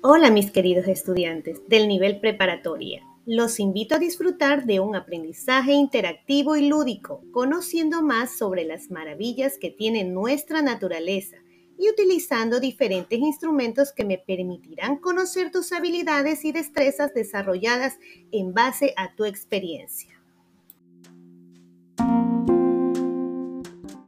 Hola mis queridos estudiantes del nivel preparatoria. Los invito a disfrutar de un aprendizaje interactivo y lúdico, conociendo más sobre las maravillas que tiene nuestra naturaleza y utilizando diferentes instrumentos que me permitirán conocer tus habilidades y destrezas desarrolladas en base a tu experiencia.